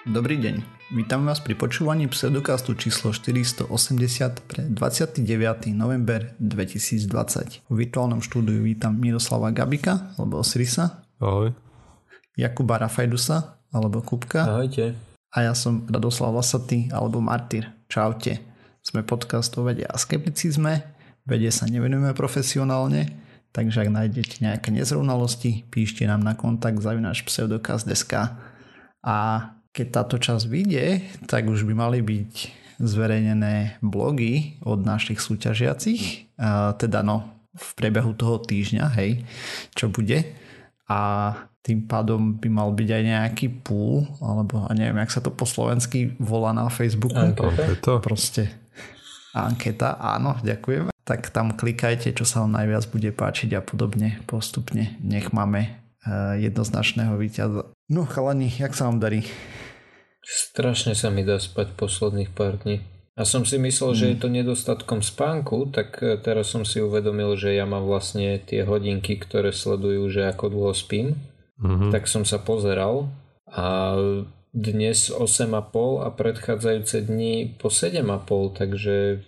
Dobrý deň, vítam vás pri počúvaní pseudokastu číslo 480 pre 29. november 2020. V virtuálnom štúdiu vítam Miroslava Gabika, alebo Osirisa. Ahoj. Jakuba Rafajdusa, alebo Kupka. Ahojte. A ja som Radoslav Lasaty, alebo Martyr. Čaute. Sme podcast o vede a skepticizme. Vede sa nevenujeme profesionálne, takže ak nájdete nejaké nezrovnalosti, píšte nám na kontakt @pseudokast.sk. A keď táto časť vyjde, tak už by mali byť zverejnené blogy od našich súťažiacich, v priebehu toho týždňa, hej, čo bude. A tým pádom by mal byť aj nejaký pool, alebo neviem, jak sa to po slovensky volá na Facebooku. Anketa. Proste anketa, áno, ďakujem. Tak tam klikajte, čo sa vám najviac bude páčiť a podobne postupne. Nech máme jednoznačného víťaza. No chalani, jak sa vám darí? Strašne sa mi dá spať posledných pár dní. A som si myslel, že je to nedostatkom spánku, tak teraz som si uvedomil, že ja mám vlastne tie hodinky, ktoré sledujú, že ako dlho spím. Tak som sa pozeral a dnes 8,5 a predchádzajúce dni po 7,5, takže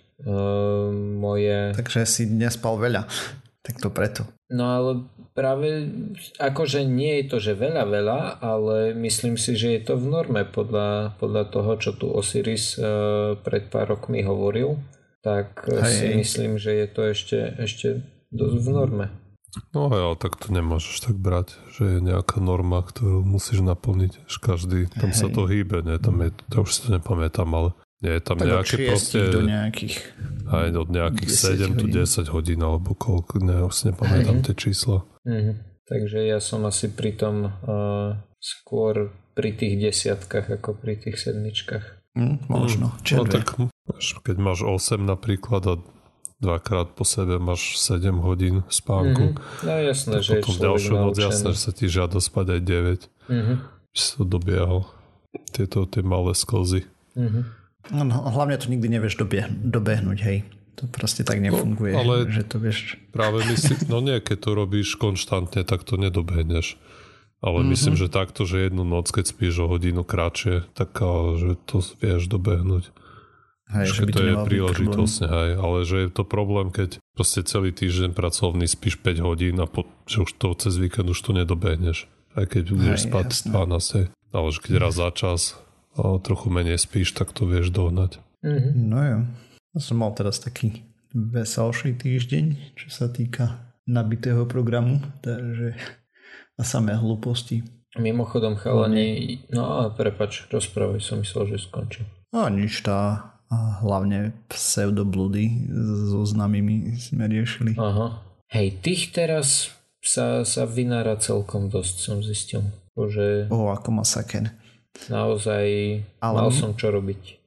Takže si dnes spal veľa, tak to preto. No ale práve akože nie je to, že veľa, ale myslím si, že je to v norme podľa toho, čo tu Osiris pred pár rokmi hovoril, tak si myslím, že je to ešte dosť v norme. No ale tak to nemôžeš tak brať, že je nejaká norma, ktorú musíš naplniť každý, tam sa to hýbe, ne? Tam je, to už si to nepamätám, ale nie je tam tak nejaké proste do nejakých aj od nejakých 7 do 10 hodín alebo koľko, už si nepamätám tie čísla. Takže ja som asi pri tom skôr pri tých desiatkách ako pri tých sedmičkách. Možno. No tak keď máš 8 napríklad a dvakrát po sebe máš 7 hodín spánku. No jasné, že potom ďalšiu noc jasné, že sa ti žiada spať aj 9. Že si to dobiehal. Tie malé sklzy. No, hlavne to nikdy nevieš dobehnúť, hej. To proste tak nefunguje, ale že to vieš. Práve keď to robíš konštantne, tak to nedobehneš. Ale myslím, že takto, že jednu noc, keď spíš o hodinu kratšie, tak že to vieš dobehnúť. Hej, že by to je príležitosne, hej. Ale že je to problém, keď proste celý týždeň pracovný spíš 5 hodín a že už to cez víkend už to nedobehneš. Aj keď budeš spať 12. Ale že keď raz za čas trochu menej spíš, tak to vieš dohnať. No jo. Ja som mal teraz taký veselší týždeň, čo sa týka nabitého programu, takže a samé hlúposti. Mimochodom chalani, prepáč, rozprávaj, som myslel, že skončil. A nič, hlavne pseudobludy so známymi sme riešili. Aha. Hej, tých teraz sa vynára celkom dosť, som zistil. Bože... Ako masaker. Naozaj mal som čo robiť.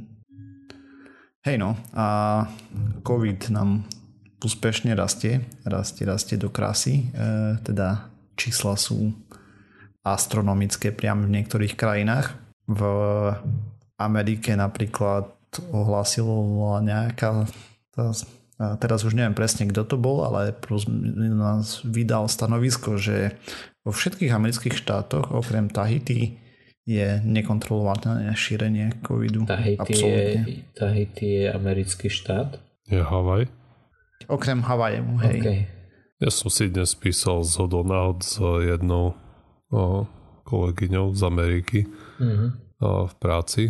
Hej no, a COVID nám úspešne rastie do krásy. Teda čísla sú astronomické priamo v niektorých krajinách. V Amerike napríklad ohlásila nejaká, teraz už neviem presne kto to bol, ale nás vydal stanovisko, že vo všetkých amerických štátoch okrem Tahiti je nekontrolované šírenie covidu. Tahiti je americký štát? Je Havaj? Okrem Havajevu, hej. Okay. Ja som si dnes písal zhodou náhod s jednou kolegyňou z Ameriky v práci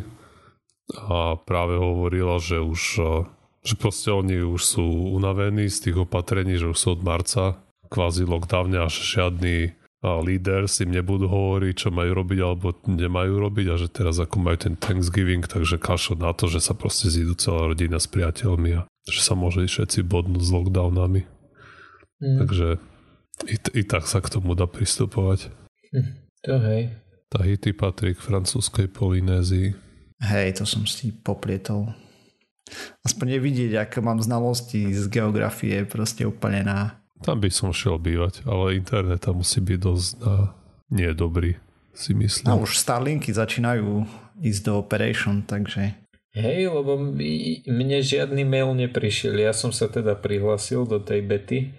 a práve hovorila, že že proste oni už sú unavení z tých opatrení, že už sú od marca kvázi lockdowne a žiadny líder si im nebudú hovoriť, čo majú robiť alebo nemajú robiť a že teraz ako majú ten Thanksgiving, takže kašľú na to, že sa proste zídu celá rodina s priateľmi a že sa môže všetci bodnúť s lockdownami. Takže i tak sa k tomu dá pristupovať. To hej. Tahiti patrí k francúzskej Polynézii. Hej, to som si poplietol. Aspoň nevidieť, aké mám znalosti z geografie, proste úplne na... Tam by som šiel bývať, ale internet tam musí byť dosť nie dobrý, si myslím. A už Starlinky začínajú ísť do operation, takže... Hej, lebo mne žiadny mail neprišiel. Ja som sa teda prihlásil do tej bety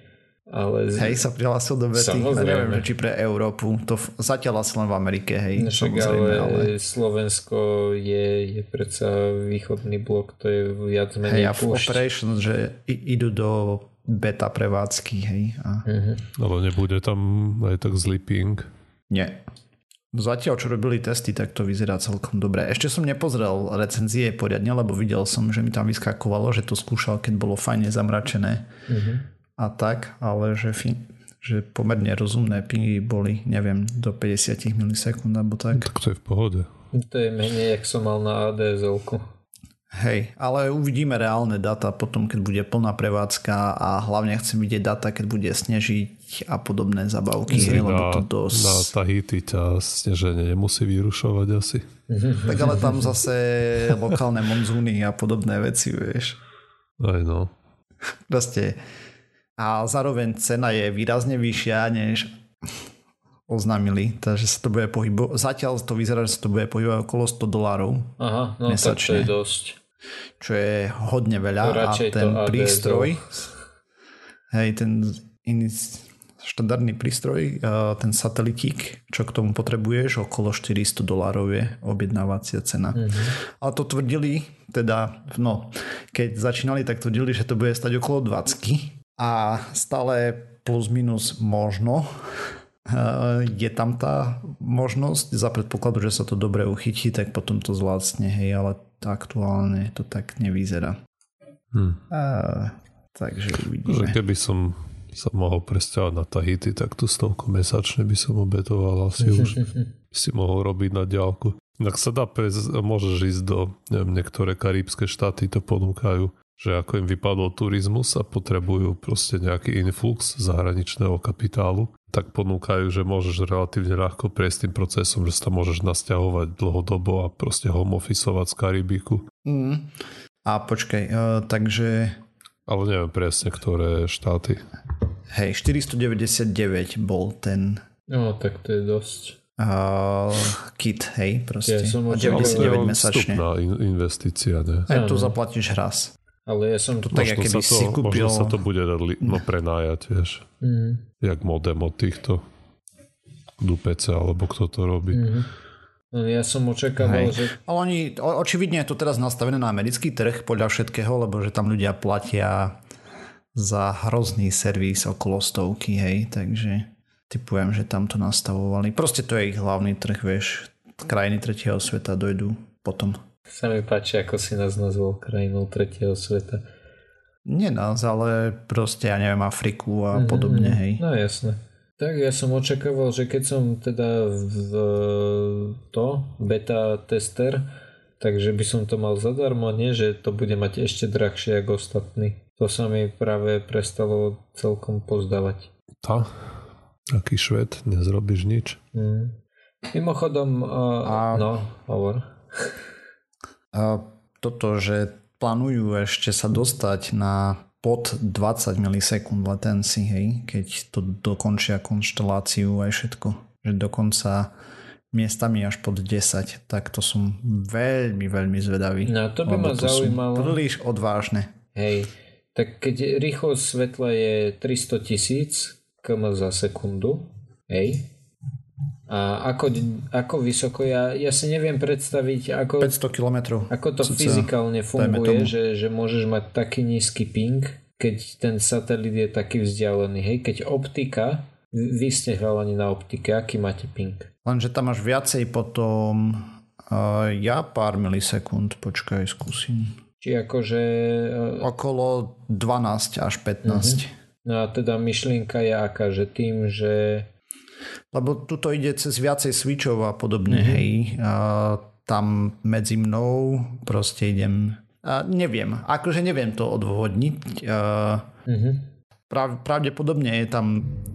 Ale hej, sa prihlásil do bety. Neviem, či pre Európu. To zatiaľ asi len v Amerike, hej. Však ale Slovensko je predsa východný blok, to je viac menej púšť. Hej, a v Operation, že idú do beta prevádzky, hej. Ale nebude tam aj tak zlý ping? Nie. Zatiaľ, čo robili testy, tak to vyzerá celkom dobre. Ešte som nepozrel recenzie poriadne, lebo videl som, že mi tam vyskakovalo, že to skúšal, keď bolo fajne zamračené. A tak, ale že pomerne rozumné pingy boli, neviem, do 50 milisekúnd alebo tak. Tak to je v pohode. To je menej, jak som mal na ADSL-ku. Hej, ale uvidíme reálne data potom, keď bude plná prevádzka a hlavne chcem vidieť data, keď bude snežiť a podobné zabavky. Lebo to dosť... Na Tahiti ťa sneženie nemusí vyrušovať asi. Tak ale tam zase lokálne monzúny a podobné veci, vieš. Aj no. Proste. A zároveň cena je výrazne vyššia, než oznámili, takže sa to bude pohybovať. Zatiaľ to vyzerá, že sa to bude pohybovať okolo $100 Aha, no mesačne. Tak to je dosť. Čo je hodne veľa a ten prístroj, hej, ten štandardný prístroj, ten satelitík, čo k tomu potrebuješ, okolo $400 je objednávacia cena. Ale to tvrdili, teda, no, keď začínali, tak tvrdili, že to bude stať okolo 20 a stále plus minus možno je tam tá možnosť za predpokladu, že sa to dobre uchytí, tak potom to zlácne, hej, ale aktuálne to tak nevyzerá. Takže uvidíme. Keby som sa mohol presťahovať na Tahiti, tak tú 100 mesačne by som obetoval asi už si mohol robiť na diaľku. Tak sa dá môžeš ísť do, neviem, niektoré karibské štáty to ponúkajú, že ako im vypadol turizmus a potrebujú proste nejaký influx zahraničného kapitálu, tak ponúkajú, že môžeš relatívne ľahko prejsť tým procesom, že sa môžeš nasťahovať dlhodobo a proste home officeovať z Karibiku. A počkaj, takže... Ale neviem presne, ktoré štáty. Hej, 499 bol ten... No, tak to je dosť. Kit, hej, proste. Ja a 99 mesačne. Vstupná investícia, ne? Aj to zaplatíš raz. Ale ja som to tak, keby si kúpil... Možno sa to bude dať prenájať, vieš. Jak modem od týchto DUPC, alebo kto to robí. Ja som očakával, že... Ale oni, očividne je to teraz nastavené na americký trh podľa všetkého, lebo že tam ľudia platia za hrozný servis okolo 100, hej, takže typujem, že tam to nastavovali. Proste to je ich hlavný trh, vieš. Krajiny tretieho sveta dojdú potom. Sa mi páči, ako si nás nazval krajinou tretieho sveta. Nie nás, ale proste, ja neviem, Afriku a podobne, hej. No jasné. Tak ja som očakával, že keď som teda beta tester, takže by som to mal zadarmo, nie, že to bude mať ešte drahšie ako ostatní. To sa mi práve prestalo celkom pozdávať. Aký Švéd, nezrobíš nič. Mimochodom, hovor. Toto, že plánujú ešte sa dostať na pod 20 milisekúnd latency, hej, keď to dokončia konšteláciu aj všetko. Že dokonca miestami až pod 10, tak to som veľmi, veľmi zvedavý. No to by ma zaujímalo. Príliš odvážne. Hej, tak keď rýchlosť svetla je 300,000 km za sekundu, hej, a ako vysoko, ja si neviem predstaviť, ako 500 km. Ako to fyzikálne funguje, že môžeš mať taký nízky ping, keď ten satelit je taký vzdialený. Hej, keď optika, vy ste chalani na optike, aký máte ping? Lenže tam máš viacej potom pár milisekúnd, počkaj, skúsim. Či akože... Okolo 12 až 15. No a teda myšlienka je aká, že tým, že... Lebo tuto ide cez viacej switchov a podobne, hej. Tam medzi mnou proste idem... neviem, akože neviem to odôvodniť. Pravdepodobne je tam...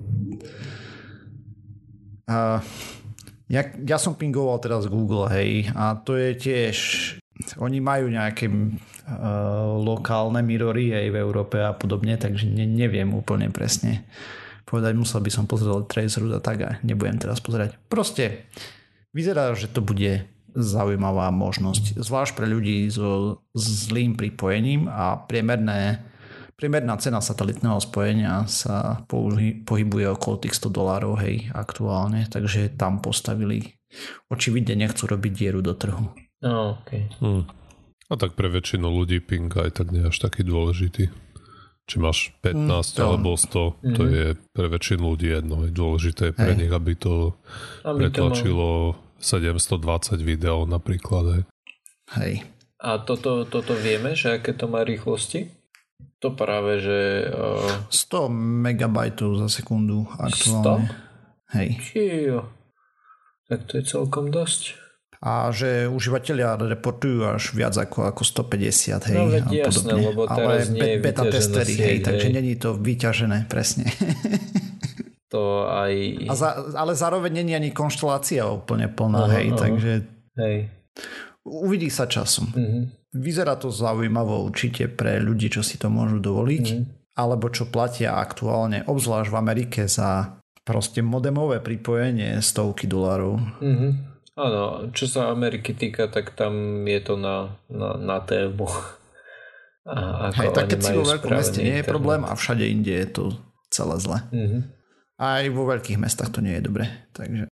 Ja som pingoval teraz Google, hej, a to je tiež... Oni majú nejaké lokálne mirory aj v Európe a podobne, takže neviem úplne presne povedať, musel by som pozrieť Traceroute a tak a nebudem teraz pozerať. Proste vyzerá, že to bude zaujímavá možnosť, zvlášť pre ľudí so zlým pripojením a priemerné Priemerná cena satelitného spojenia sa pohybuje okolo tých $100, hej, aktuálne, takže tam postavili. Očividne nechcú robiť dieru do trhu. Okay. A tak pre väčšinu ľudí ping aj tak nie je až taký dôležitý. Či máš 15 alebo 100, to je pre väčšinu ľudí jedno. Dôležité je pre nich, aby to pretlačilo 720 videó napríklad. Hej. A toto vieme, že aké to má rýchlosti? To práve, že... 100 megabajtov za sekundu aktuálne. 100? Hej. Čijo. Tak to je celkom dosť. A že užívateľia reportujú až viac ako 150, hej. No veď jasné, lebo teraz nie je beta testery, sieť, hej, takže není to vyťažené, presne. To aj... Ale zároveň není ani konštelácia úplne plná, takže... Hej. Uvidí sa časom. Vyzerá to zaujímavo určite pre ľudí, čo si to môžu dovoliť, alebo čo platia aktuálne, obzvlášť v Amerike za proste modemové pripojenie $100. Áno, čo sa Ameriky týka, tak tam je to na tému. Hej, tak keď si vo veľkom meste nie je problém a všade inde je to celé zle. Aj vo veľkých mestách to nie je dobre. Takže...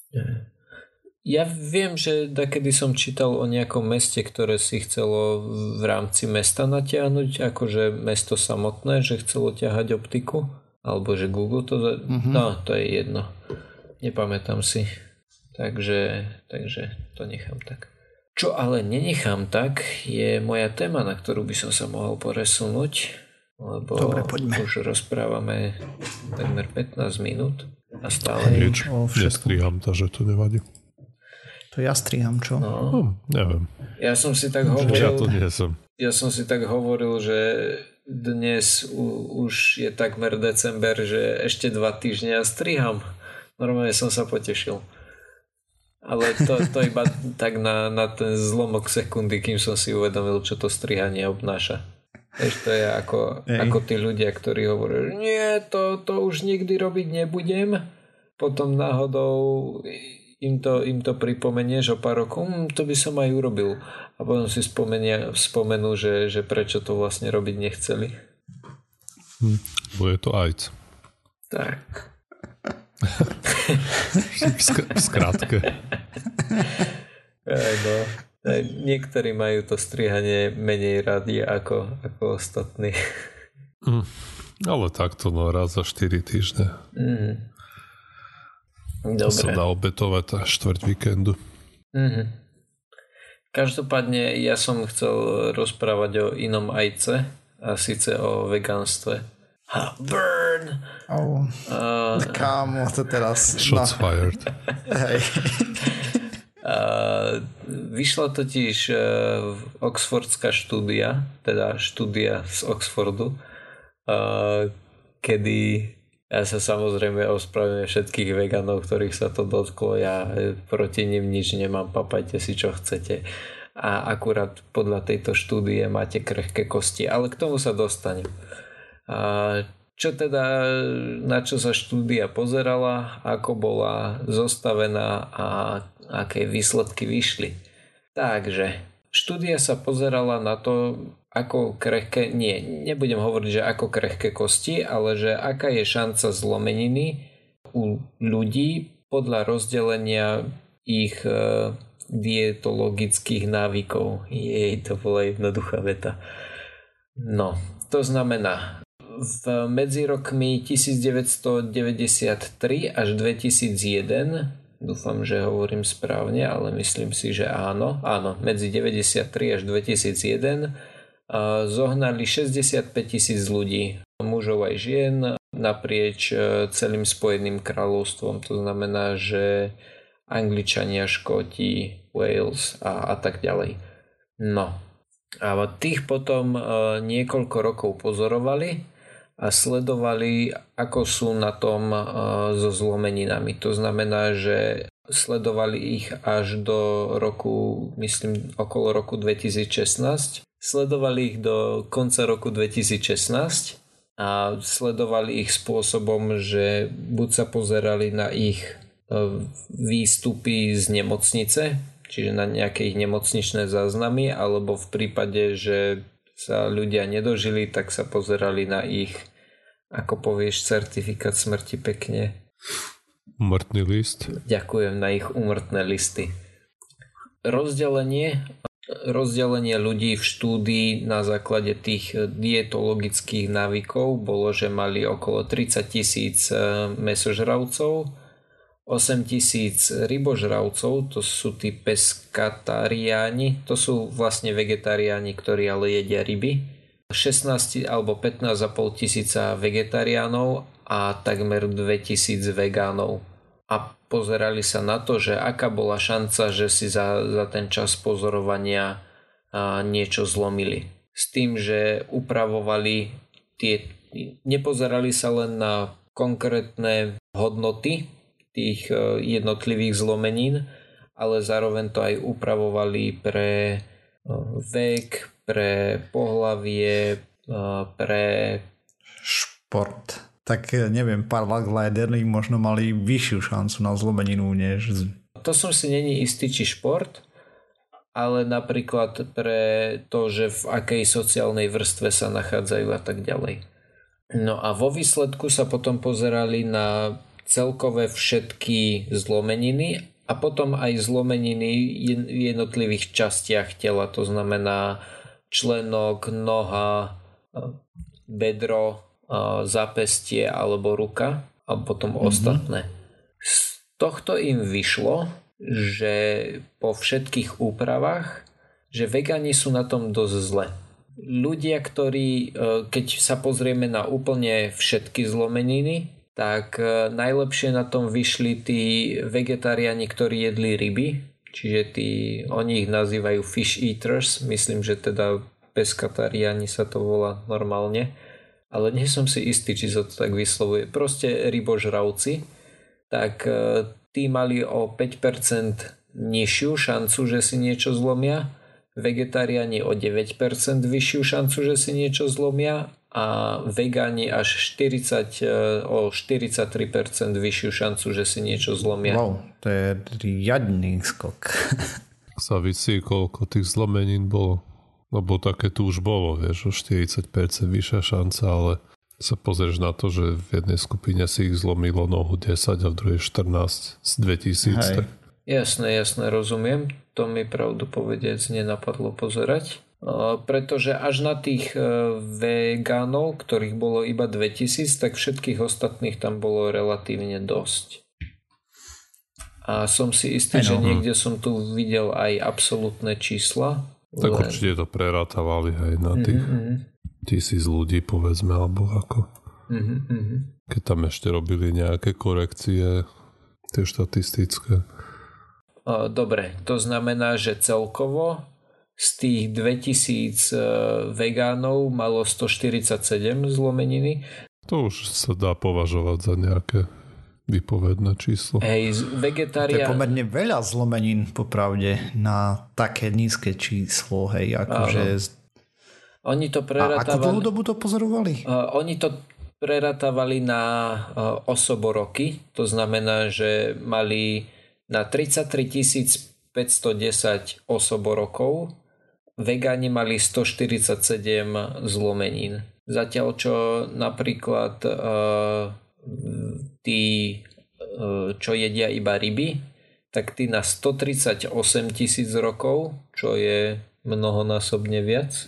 Ja viem, že kedy som čítal o nejakom meste, ktoré si chcelo v rámci mesta natiahnuť, akože mesto samotné, že chcelo ťahať optiku, alebo že Google to... No, to je jedno. Nepamätám si. Takže to nechám tak. Čo ale nenechám tak, je moja téma, na ktorú by som sa mohol presunúť, lebo dobre, poďme. Už rozprávame takmer 15 minút a stále nič. Nestriham, takže to nevadí. To ja striham, čo? No, neviem. Ja som si tak hovoril... Ja to nie som. Ja som si tak hovoril, že dnes už je takmer december, že ešte 2 týždne ja striham. Normálne som sa potešil. Ale to iba tak na ten zlomok sekundy, kým som si uvedomil, čo to strihanie obnáša. Vieš, to je ako tí ľudia, ktorí hovoria, nie, to už nikdy robiť nebudem. Potom náhodou im to pripomenieš o pár rokov, to by som aj urobil. A potom si spomenú, že prečo to vlastne robiť nechceli. Bo je to AIDS. Tak. V skratke. No, niektorí majú to strihanie menej radi ako ostatní. Ale takto raz za 4 týždne. Dobre. Sa dá obetovať až štvrť víkendu. Každopádne ja som chcel rozprávať o inom ajce, a síce o vegánstve. Burn! Kámo, to teraz... Shots fired. Hej. Vyšla totiž oxfordská štúdia, teda štúdia z Oxfordu, kedy ja sa samozrejme ospravedlňujem všetkých veganov, ktorých sa to dotklo, ja proti nim nič nemám, papajte si čo chcete. A akurát podľa tejto štúdie máte krehké kosti, ale k tomu sa dostanem. Čo teda, na čo sa štúdia pozerala, ako bola zostavená a aké výsledky vyšli. Takže štúdia sa pozerala na to, ako krehké, nebudem hovoriť, že ako krehké kosti, ale že aká je šanca zlomeniny u ľudí podľa rozdelenia ich dietologických návykov. To bola jednoduchá veta. No, to znamená, medzi rokmi 1993 až 2001, dúfam, že hovorím správne, ale myslím si, že áno, medzi 93 až 2001 zohnali 65 000 ľudí, mužov aj žien, naprieč celým Spojeným kráľovstvom. To znamená, že Angličania, Škóti, Wales a tak ďalej. No. A tých potom niekoľko rokov pozorovali a sledovali, ako sú na tom so zlomeninami. To znamená, že sledovali ich až do roku, myslím, okolo roku 2016. Sledovali ich do konca roku 2016 a sledovali ich spôsobom, že buď sa pozerali na ich výstupy z nemocnice, čiže na nejaké ich nemocničné záznamy, alebo v prípade, že sa ľudia nedožili, tak sa pozerali na ich, ako povieš, certifikát smrti pekne. Umrtný list. Ďakujem, na ich úmrtné listy. Rozdelenie ľudí v štúdii na základe tých dietologických návykov bolo, že mali okolo 30 000 mäsožravcov, 8 000 rybožravcov, to sú tí peskatariáni, to sú vlastne vegetariáni, ktorí ale jedia ryby, 16 alebo 15,5 tisíca vegetariánov a takmer 2000 vegánov. A pozerali sa na to, že aká bola šanca, že si za ten čas pozorovania niečo zlomili. S tým, že upravovali nepozerali sa len na konkrétne hodnoty tých jednotlivých zlomenín, ale zároveň to aj upravovali pre vek, pre pohlavie, pre šport. Tak neviem, paraglideri možno mali vyššiu šancu na zlomeninu než... To som si není istý, či šport, ale napríklad pre to, že v akej sociálnej vrstve sa nachádzajú a tak ďalej. No a vo výsledku sa potom pozerali na celkové všetky zlomeniny a potom aj zlomeniny v jednotlivých častiach tela, to znamená členok, noha, bedro, zápestie alebo ruka a potom ostatné. Z tohto im vyšlo, že po všetkých úpravách, že vegáni sú na tom dosť zle. Ľudia, ktorí, keď sa pozrieme na úplne všetky zlomeniny, tak najlepšie na tom vyšli tí vegetariáni, ktorí jedli ryby, čiže oni ich nazývajú fish eaters, myslím, že teda peskatariáni sa to volá normálne, ale nie som si istý, či sa to tak vyslovuje. Proste rybožravci, tak tí mali o 5% nižšiu šancu, že si niečo zlomia, vegetariáni o 9% vyššiu šancu, že si niečo zlomia a vegáni až o 43% vyššiu šancu, že si niečo zlomia. Wow, to je riadný skok. Závisí, koľko tých zlomenín bolo. Lebo také tu už bolo, vieš, o 40% vyššia šanca, ale sa pozrieš na to, že v jednej skupine si ich zlomilo nohu 10 a v druhej 14 z 2000. Tak... Jasné, rozumiem. To mi pravdu povediac nenapadlo pozerať. Pretože až na tých vegánov, ktorých bolo iba 2000, tak všetkých ostatných tam bolo relatívne dosť. A som si istý, že niekde som tu videl aj absolútne čísla. Tak určite to prerátavali aj na tých 1000 ľudí, povedzme, alebo ako. Keď tam ešte robili nejaké korekcie, tie štatistické. Dobre, to znamená, že celkovo z tých 2000 vegánov malo 147 zlomeniny. To už sa dá považovať za nejaké vypovedné číslo. To je pomerne veľa zlomenín, popravde, na také nízke číslo, hej, akože... Oni to preratávali... A akú dlhú dobu to pozorovali? Oni to preratávali na osoboroky, to znamená, že mali na 33 510 osoborokov, vegáni mali 147 zlomenín. Zatiaľ čo napríklad tí, čo jedia iba ryby, tak tí na 138 000 rokov, čo je mnohonásobne viac.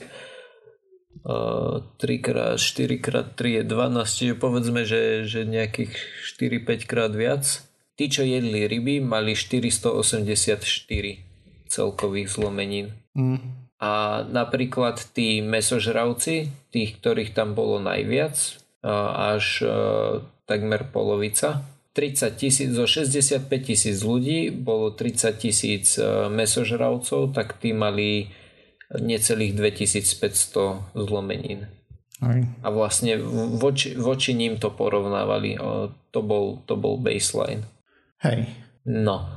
3x4x3 je 12, čiže povedzme, že nejakých 4-5 krát viac. Tí, čo jedli ryby, mali 484 celkových zlomenín. A napríklad tí mäsožravci, tých, ktorých tam bolo najviac, až takmer polovica, 30 000, zo 65 000 ľudí bolo 30 000 mäsožravcov, tak tí mali necelých 2500 zlomenín. A vlastne voči ním to porovnávali. To bol baseline. Hej. No.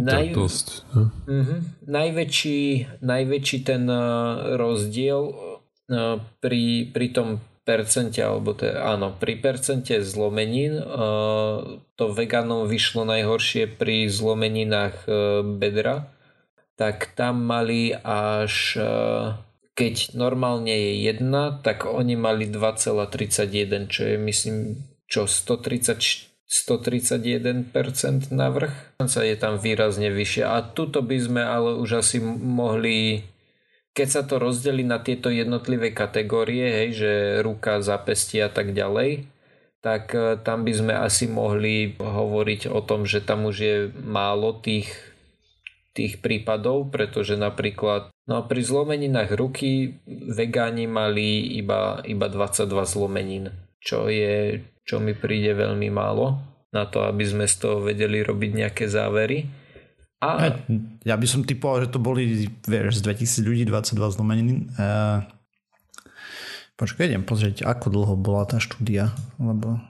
Najväčší ten rozdiel pri tom percente, alebo pri percente zlomenín to vegánom vyšlo najhoršie pri zlomeninách bedra, tak tam mali až keď normálne je 1, tak oni mali 2,31, čo je myslím 131% navrh. Je tam výrazne vyššie. A tuto by sme ale už asi mohli, keď sa to rozdelí na tieto jednotlivé kategórie, hej, že ruka, zápestie a tak ďalej, tak tam by sme asi mohli hovoriť o tom, že tam už je málo tých prípadov, pretože napríklad pri zlomeninách ruky vegáni mali iba 22 zlomenín, čo mi príde veľmi málo na to, aby sme z toho vedeli robiť nejaké závery. A ja by som typoval, že to boli z 2000 ľudí 22 zlomenín. Počkaj, idem pozrieť, ako dlho bola tá štúdia, lebo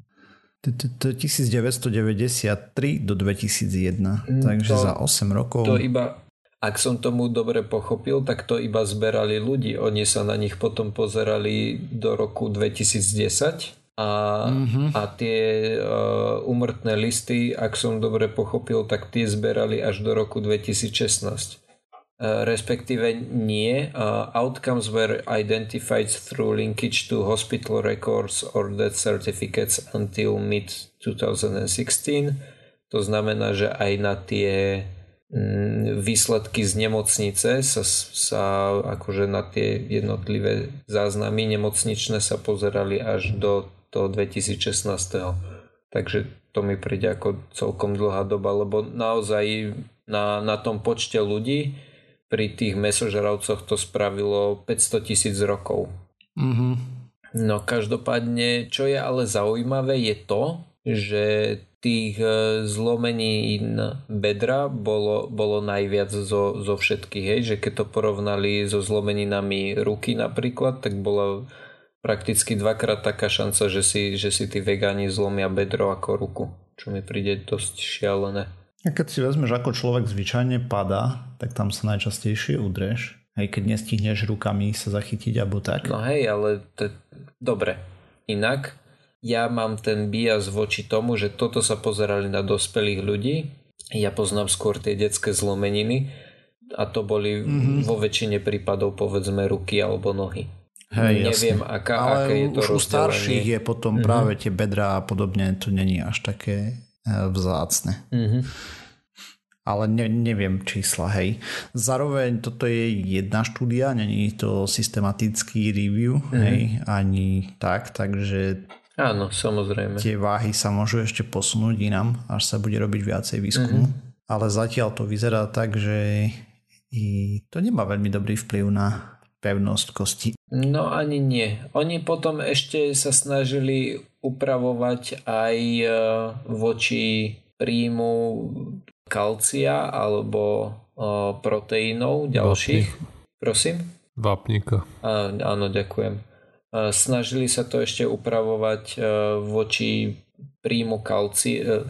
1993 do 2001, takže za 8 rokov. To iba, ak som tomu dobre pochopil, tak to iba zberali ľudí. Oni sa na nich potom pozerali do roku 2010 a tie úmrtné listy, ak som dobre pochopil, tak tie zberali až do roku 2016. Respektíve nie. Outcomes were identified through linkage to hospital records or death certificates until mid-2016. To znamená, že aj na tie výsledky z nemocnice sa akože na tie jednotlivé záznamy nemocničné sa pozerali až do toho 2016. Takže to mi príde ako celkom dlhá doba, lebo naozaj na tom počte ľudí pri tých mäsožravcoch to spravilo 500 000 rokov. Mm-hmm. No každopádne, čo je ale zaujímavé, je to, že tých zlomenín bedra bolo najviac zo všetkých. Hej? Že keď to porovnali so zlomeninami ruky napríklad, tak bola prakticky dvakrát taká šanca, že si tí vegáni zlomia bedro ako ruku. Čo mi príde dosť šialené. A keď si vezmeš, ako človek zvyčajne padá, tak tam sa najčastejšie udrieš. Hej, keď nestihneš rukami sa zachytiť alebo tak. No hej, ale dobre. Inak, ja mám ten bias voči tomu, že toto sa pozerali na dospelých ľudí. Ja poznám skôr tie detské zlomeniny a to boli vo väčšine prípadov povedzme ruky alebo nohy. Hej, neviem, jasne. aké je to rozdelenie. Ale už u starších je potom práve tie bedrá a podobne, to není až také vzácne. Ale neviem čísla, hej. Zároveň toto je jedna štúdia, není to systematický review, hej, ani tak, takže áno, samozrejme. Tie váhy sa môžu ešte posunúť inám, až sa bude robiť viacej výskumu. Ale zatiaľ to vyzerá tak, že to nemá veľmi dobrý vplyv na pevnosť kosti. No ani nie. Oni potom ešte sa snažili upravovať aj voči príjmu kalcia alebo proteínov ďalších. Prosím? Vápnika. Áno, ďakujem. Snažili sa to ešte upravovať voči príjmu kalcia.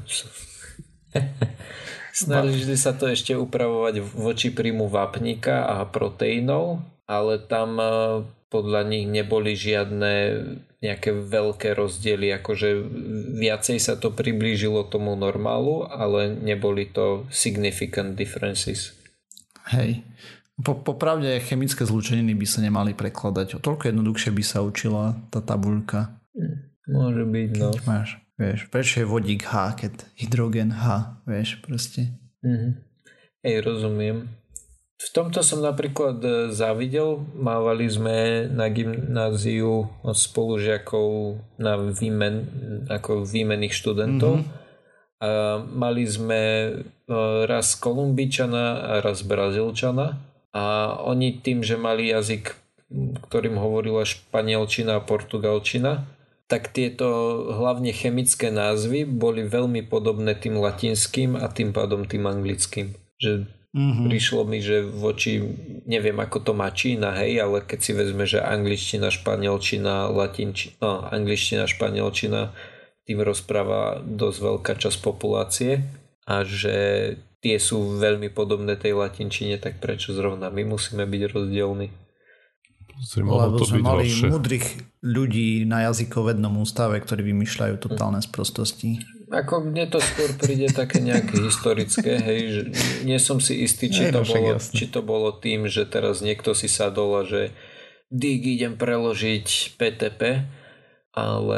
Snažili sa to ešte upravovať voči príjmu vápnika a proteínov, ale tam podľa nich neboli žiadne nejaké veľké rozdiely, akože viacej sa to priblížilo tomu normálu, ale neboli to significant differences. Hej. Popravde chemické zlúčeniny by sa nemali prekladať. O toľko jednoduchšie by sa učila tá tabuľka. Môže byť, no. Keď máš, vieš, prečo je vodík H, keď hydrogen H, vieš, proste. Hej, rozumiem. V tomto som napríklad závidel. Mávali sme na gymnáziu spolužiakov na výmenných študentov. A mali sme raz Kolumbíčana a raz Brazílčana. A oni tým, že mali jazyk, ktorým hovorila španielčina a portugalčina, tak tieto hlavne chemické názvy boli veľmi podobné tým latinským a tým pádom tým anglickým. Že prišlo mi, že voči, neviem ako to má Čína, hej, ale keď si vezme, že angličtina, španielčina, angličtina, španielčina, tým rozpráva dosť veľká časť populácie a že tie sú veľmi podobné tej latinčine, tak prečo zrovna my musíme byť rozdielni? Lebo sme mali múdrych ľudí na jazykovednom ústave, ktorí vymýšľajú totálne sprostosti. Ako mne to skôr príde také nejaké historické, hej, že nie som si istý, či to bolo tým, že teraz niekto si sadol a že idem preložiť PTP, ale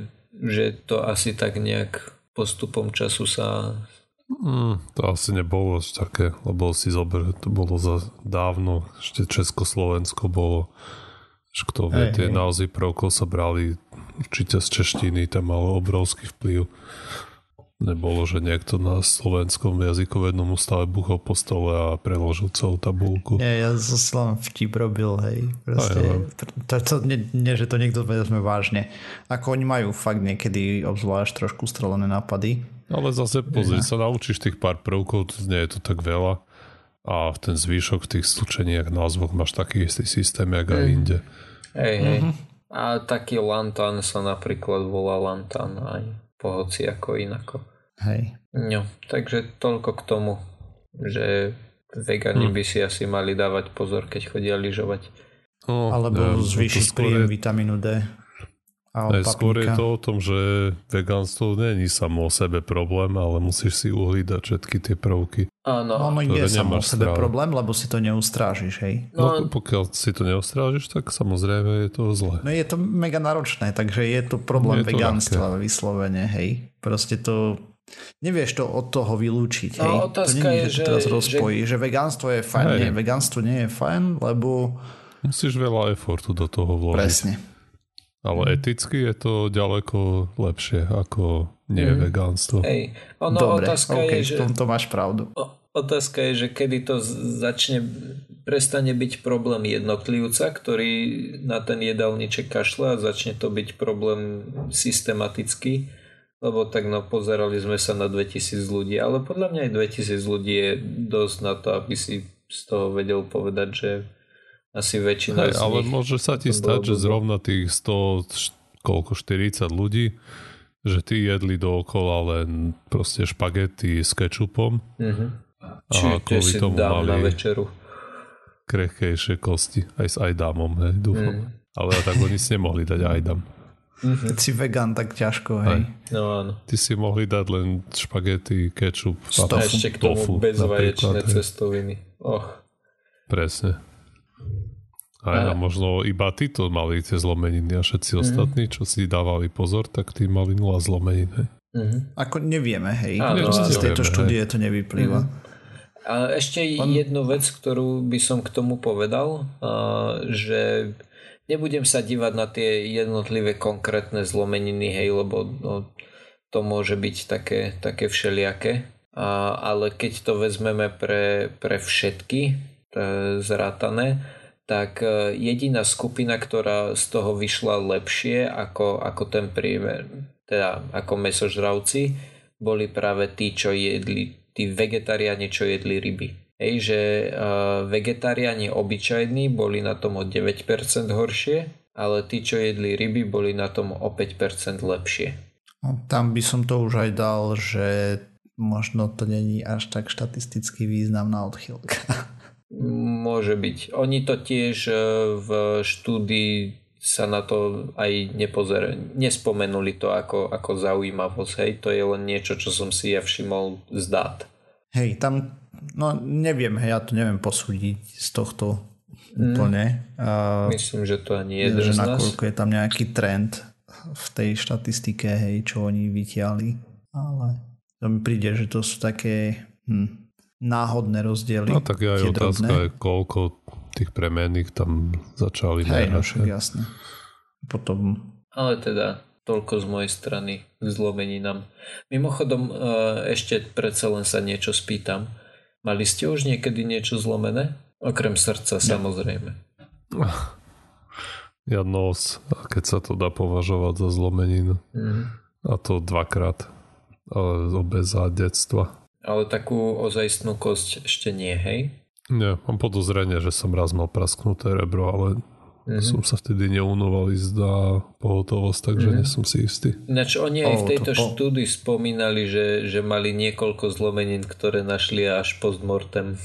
že to asi tak nejak postupom času sa... To asi nebolo také, lebo si zober, to bolo za dávno, ešte Československo bolo, že kto vie, tie názvy prvkov sa brali určite z češtiny, tam malo obrovský vplyv. Nebolo, že niekto na slovenskom jazykovednom ústave buchol po stole a preložil celú tabuľku. Nie, ja som vtip robil, hej. Proste, nie, že to niekto vezme vážne. Ako oni majú fakt niekedy obzvlášť trošku strelené nápady. Ale zase pozri, sa naučíš tých pár prvkov, nie je to tak veľa a ten zvýšok v tých slučeniach názvoch máš taký istý systém, jak aj inde. Hej. A taký lantan sa napríklad volá lantan aj po hoci ako inako. Hej. No, takže toľko k tomu, že vegani by si asi mali dávať pozor, keď chodia lyžovať. Alebo zvýšiť príjem vitamínu D. Skôr je to o tom, že vegánstvo není samo o sebe problém, ale musíš si uhlídať všetky tie prvky. Áno. Ono je samo o sebe problém, lebo si to neustrážiš, hej? No pokiaľ si to neustrážiš, tak samozrejme je to zlé. No je to mega náročné, takže je to problém vegánstva vyslovene, hej? Proste to... Nevieš to od toho vylúčiť, hej? No, otázka je, že teraz rozpojí, že vegánstvo je fajn, nie, vegánstvo nie je fajn, lebo... Musíš veľa efortu do toho vložiť. Presne. Ale eticky je to ďaleko lepšie ako nie vegánstvo. Hej. Dobre, otázka je, že... to máš pravdu. Otázka je, že kedy to prestane byť problém jednotlivca, ktorý na ten jedálniček kašle a začne to byť problém systematický, lebo tak pozerali sme sa na 2000 ľudí, ale podľa mňa aj 2000 ľudí je dosť na to, aby si z toho vedel povedať, že asi väčšina z nich... Ale môže sa ti stať, že zrovna tých 40 ľudí, že tí jedli dookola len proste špagety s kečupom a kvôli tomu mali na večeru krehkejšie kosti, aj s ajdamom, hej, dúfam. Ale tak oni si nemohli dať ajdam. Keď si vegán, tak ťažko, hej. No áno. Ty si mohli dať len špagety, kečup a ešte k tomu bezvaječné cestoviny. Presne. A možno iba títo mali tie zlomeniny a všetci ostatní, čo si dávali pozor, tak tí mali 0 zlomenín. Ako nevieme, hej. Z tejto štúdie to nevyplýva. A ešte jednu vec, ktorú by som k tomu povedal, že nebudem sa dívať na tie jednotlivé konkrétne zlomeniny, hej, lebo to môže byť také všelijaké. Ale keď to vezmeme pre všetky zrátané, tak jediná skupina, ktorá z toho vyšla lepšie ako ten priemer, teda ako mäsožravci, boli práve tí vegetariáni, čo jedli ryby. Hej, že vegetariáni obyčajní boli na tom o 9% horšie, ale tí, čo jedli ryby, boli na tom o 5% lepšie. Tam by som to už aj dal, že možno to není až tak štatisticky významná odchýlka. Môže byť. Oni to tiež v štúdii sa na to aj nespomenuli to ako zaujímavosť. Hej, to je len niečo, čo som si ja všimol z dát. Hej, tam, neviem, ja to neviem posúdiť z tohto úplne. Myslím, že to ani jeden z nás. Nakoľko je tam nejaký trend v tej štatistike, hej, čo oni vytiahli. Ale to mi príde, že to sú také... náhodné rozdiely. No tak je aj otázka, koľko tých premenných tam začali merať. Hej, jasné. Potom... Ale teda toľko z mojej strany k zlomeninám. Mimochodom, ešte predsa len sa niečo spýtam. Mali ste už niekedy niečo zlomené? Okrem srdca, samozrejme. Ja nos, keď sa to dá považovať za zlomeninu. A to 2-krát. Ale obeza detstva. Ale takú ozajstnú kosť ešte nie, hej? Nie, mám podozrenie, že som raz mal prasknuté rebro, ale som sa vtedy neunoval ísť na pohotovosť, takže nie som si istý. Ináč oni aj v tejto štúdii spomínali, že mali niekoľko zlomenín, ktoré našli až postmortem.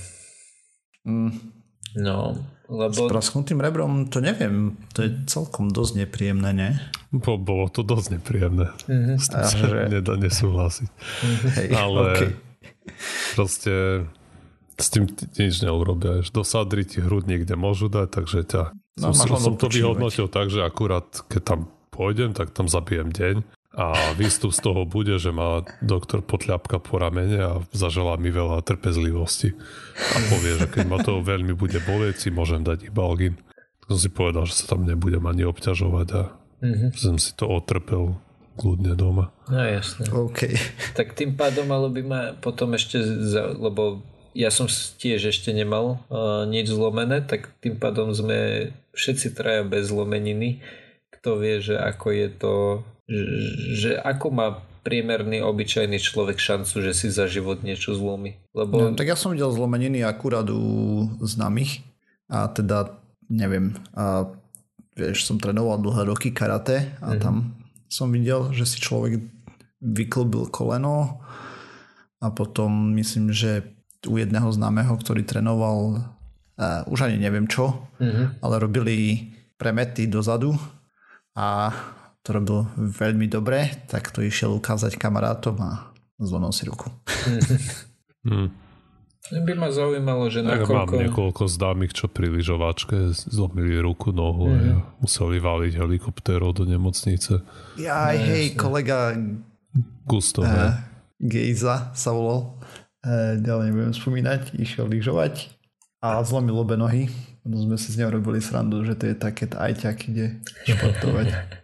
No, lebo... S prasknutým rebrom to neviem, to je celkom dosť nepríjemné, ne? Bolo to dosť nepríjemné. S tým sa nedá nesúhlasiť. Ale proste s tým nič neurobia. Do sadry ti hrud niekde môžu dať, takže som to vyhodnotil tak, že akurát keď tam pôjdem, tak tam zabijem deň a výstup z toho bude, že ma doktor potľapka po ramene a zaželá mi veľa trpezlivosti a povie, že keď ma to veľmi bude bolieť, si môžem dať Ibalgin. Som si povedal, že sa tam nebudem ani obťažovať a som si to otrpel kľudne doma. No jasne. OK. Tak tým pádom malo by ma potom ešte, lebo ja som tiež ešte nemal nič zlomené, tak tým pádom sme všetci traja bez zlomeniny. Kto vie, že ako je to, že ako má priemerný obyčajný človek šancu, že si za život niečo zlomí. Lebo... No, tak ja som videl zlomeniny akurát u známych a teda neviem, vieš, som trénoval dlhé roky karate a tam som videl, že si človek vyklbil koleno a potom myslím, že u jedného známeho, ktorý trénoval už ani neviem čo, ale robili premety dozadu a to robil veľmi dobre, tak to išiel ukázať kamarátom a zlomil si ruku. By ma zaujímalo, že nakoľko... Mám niekoľko známych, čo pri lyžovačke zlomili ruku, nohu a museli váliť helikoptérov do nemocnice. Hej, kolega Gusto, Gejza sa volal, ďalej nebudem spomínať, išiel lyžovať a zlomil obe nohy. Sme si z neho robili srandu, že to je také ajťak, ide športovať.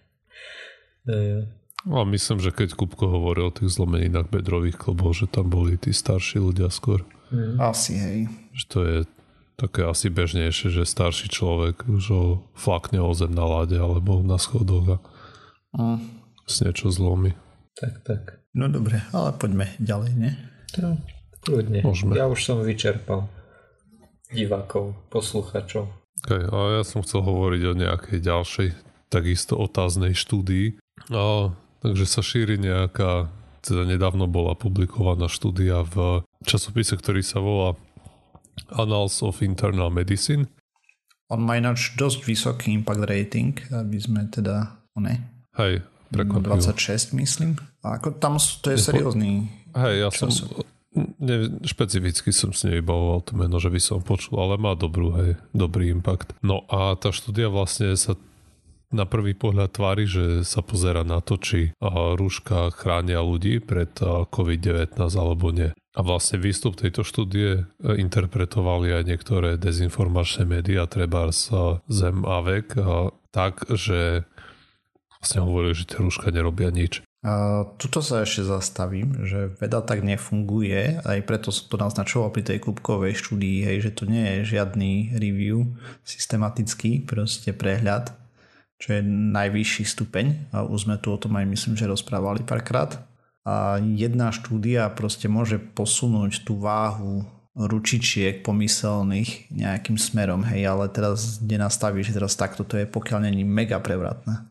A myslím, že keď Kupko hovoril o tých zlomeninách bedrových klbov, že tam boli tí starší ľudia skôr. Asi, hej. Že to je také asi bežnejšie, že starší človek už ho flakne o zem na lade alebo na schodoch a s niečo zlomí. Tak. No dobre, ale poďme ďalej, ne? No, kľudne. Môžeme. Ja už som vyčerpal divákov, posluchačov. Okay, a ja som chcel hovoriť o nejakej ďalšej takisto otáznej štúdii. Takže sa šíri nejaká, teda nedávno bola publikovaná štúdia v časopise, ktorý sa volá Annals of Internal Medicine. On má ináč dosť vysoký impact rating, aby sme teda, Hej, prekvapivo. 26 myslím. A ako tam to je seriózny. Hej, ja som špecificky som si nevybavoval to meno, že by som počul, ale má dobrý impact. No a tá štúdia vlastne sa na prvý pohľad tvári, že sa pozerá na to, či rúška chránia ľudí pred COVID-19 alebo nie. A vlastne výstup tejto štúdie interpretovali aj niektoré dezinformačné médiá, trebárs Zem a Vek, tak, že vlastne hovorili, že tie rúška nerobia nič. Tuto sa ešte zastavím, že veda tak nefunguje, aj preto som to naznačoval pri tej Kupkovej štúdii, hej, že to nie je žiadny review systematický, proste prehľad, čo je najvyšší stupeň a už sme tu o tom aj myslím, že rozprávali párkrát. A jedna štúdia proste môže posunúť tú váhu ručičiek pomyselných nejakým smerom, hej, ale teraz nenastaví, že teraz takto to je, pokiaľ není mega prevratné.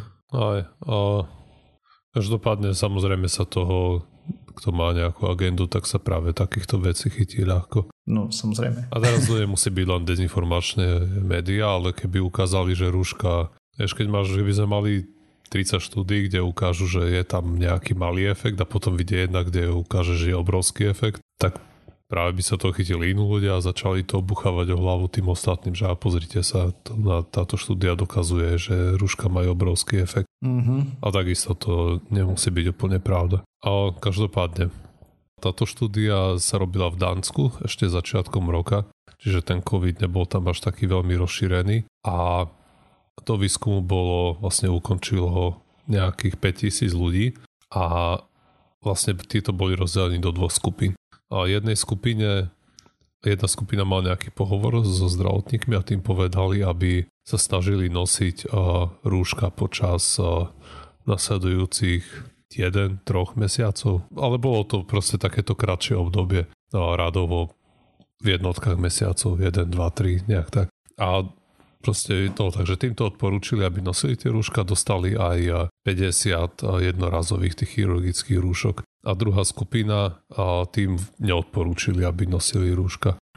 Každopádne samozrejme sa toho, kto má nejakú agendu, tak sa práve takýchto vecí chytí ľahko. No, samozrejme. A teraz to nemusí byť len dezinformačné médiá, ale keby ukázali, že rúška, keby sme mali 30 štúdií, kde ukážu, že je tam nejaký malý efekt a potom vidie jedna, kde ukáže, že je obrovský efekt, tak práve by sa to chytili inú ľudia a začali to obuchávať o hlavu tým ostatným, že pozrite sa, táto štúdia dokazuje, že rúška majú obrovský efekt. A takisto to nemusí byť úplne pravda. A každopádne, táto štúdia sa robila v Dánsku ešte začiatkom roka, čiže ten COVID nebol tam až taký veľmi rozšírený a to výskumu vlastne ukončilo ho nejakých 5000 ľudí a vlastne títo boli rozdelení do dvoch skupín. A jedna skupina mala nejaký pohovor so zdravotníkmi a tým povedali, aby sa snažili nosiť rúška počas nasledujúcich 1-3 mesiacov. Ale bolo to proste takéto kratšie obdobie, radovo v jednotkách mesiacov, 1, 2, 3, nejak tak. A proste takže týmto odporúčili, aby nosili tie rúška, dostali aj 50 jednorazových tých chirurgických rúšok. A druhá skupina tým neodporúčili, aby nosili rúška.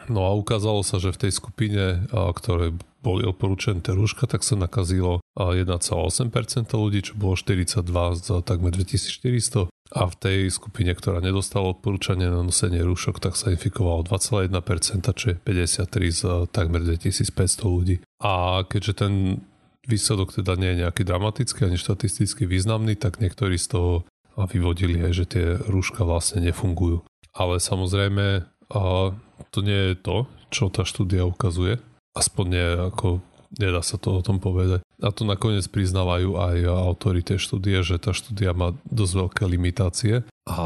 No a ukázalo sa, že v tej skupine, ktoré boli odporúčané tie rúška, tak sa nakazilo 1,8% ľudí, čo bolo 42 z takmer 2400. A v tej skupine, ktorá nedostala odporúčanie na nosenie rúšok, tak sa infikovalo 2,1%, čo je 53 z takmer 2500 ľudí. A keďže ten výsledok teda nie je nejaký dramatický ani štatisticky významný, tak niektorí z toho vyvodili aj, že tie rúška vlastne nefungujú. Ale samozrejme to nie je to, čo tá štúdia ukazuje. Aspoň nie, ako nedá sa to o tom povedať. A to nakoniec priznávajú aj autori tej štúdie, že tá štúdia má dosť veľké limitácie. A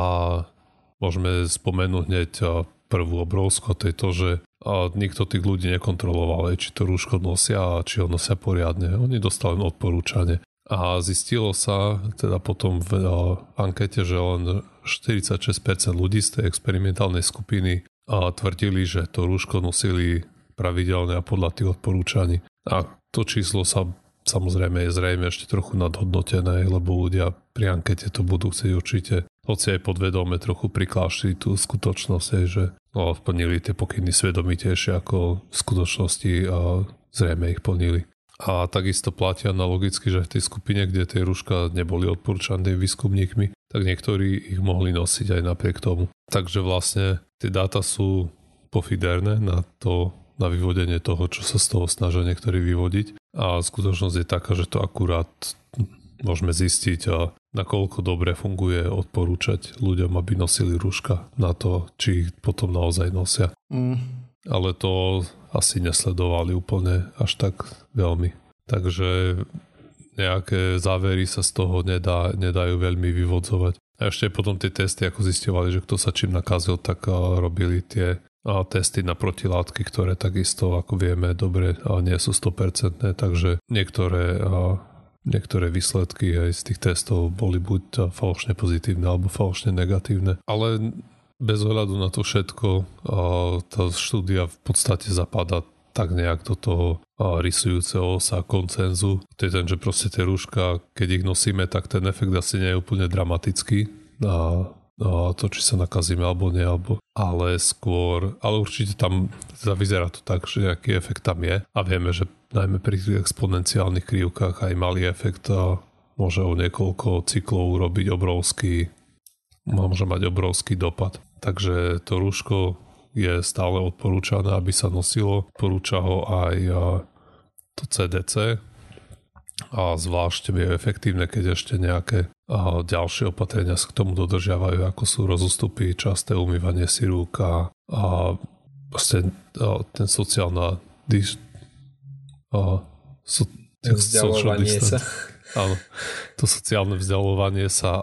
môžeme spomenúť hneď prvú obrovskú, to je to, že nikto tých ľudí nekontroloval, či to rúško nosia a či ho nosia poriadne. Oni dostali len odporúčanie. A zistilo sa teda potom v ankete, že len 46% ľudí z tej experimentálnej skupiny tvrdili, že to rúško nosili pravidelne a podľa tých odporúčaní. A to číslo sa samozrejme je zrejme ešte trochu nadhodnotené, lebo ľudia pri ankete to budú chcieť určite, hoci aj podvedome trochu priklášli tú skutočnosť, že plnili tie pokyny svedomitejšie ako v skutočnosti a zrejme ich plnili. A takisto platí analogicky, že v tej skupine, kde tie rúška neboli odporúčané výskumníkmi, tak niektorí ich mohli nosiť aj napriek tomu. Takže vlastne tie dáta sú pofiderné na vyvodenie toho, čo sa z toho snažia niektorí vyvodiť. A skutočnosť je taká, že to akurát môžeme zistiť, nakoľko dobre funguje odporúčať ľuďom, aby nosili rúška na to, či ich potom naozaj nosia. Ale to asi nesledovali úplne až tak veľmi. Takže nejaké závery sa z toho nedajú veľmi vyvodzovať. A ešte potom tie testy, ako zisťovali, že kto sa čím nakazil, tak robili tie testy na protilátky, ktoré takisto, ako vieme, dobre nie sú 100%, takže niektoré výsledky aj z tých testov boli buď falošne pozitívne alebo falošne negatívne. Ale bez ohľadu na to všetko, tá štúdia v podstate zapadá tak nejak do toho rysujúceho sa koncenzu. To je ten, že proste tie rúška, keď ich nosíme, tak ten efekt asi nie je úplne dramatický na to, či sa nakazíme alebo nie, ale určite tam vyzerá to tak, že nejaký efekt tam je a vieme, že najmä pri exponenciálnych krivkách aj malý efekt môže o niekoľko cyklov urobiť môže mať obrovský dopad. Takže to rúško je stále odporúčané, aby sa nosilo. Porúča ho aj to CDC a zvlášť je efektívne, keď ešte nejaké ďalšie opatrenia sa k tomu dodržiavajú, ako sú rozostupy, časté umývanie si rúk a vlastne ten sociálna vzdialovanie sa. Áno, to sociálne vzdialovanie sa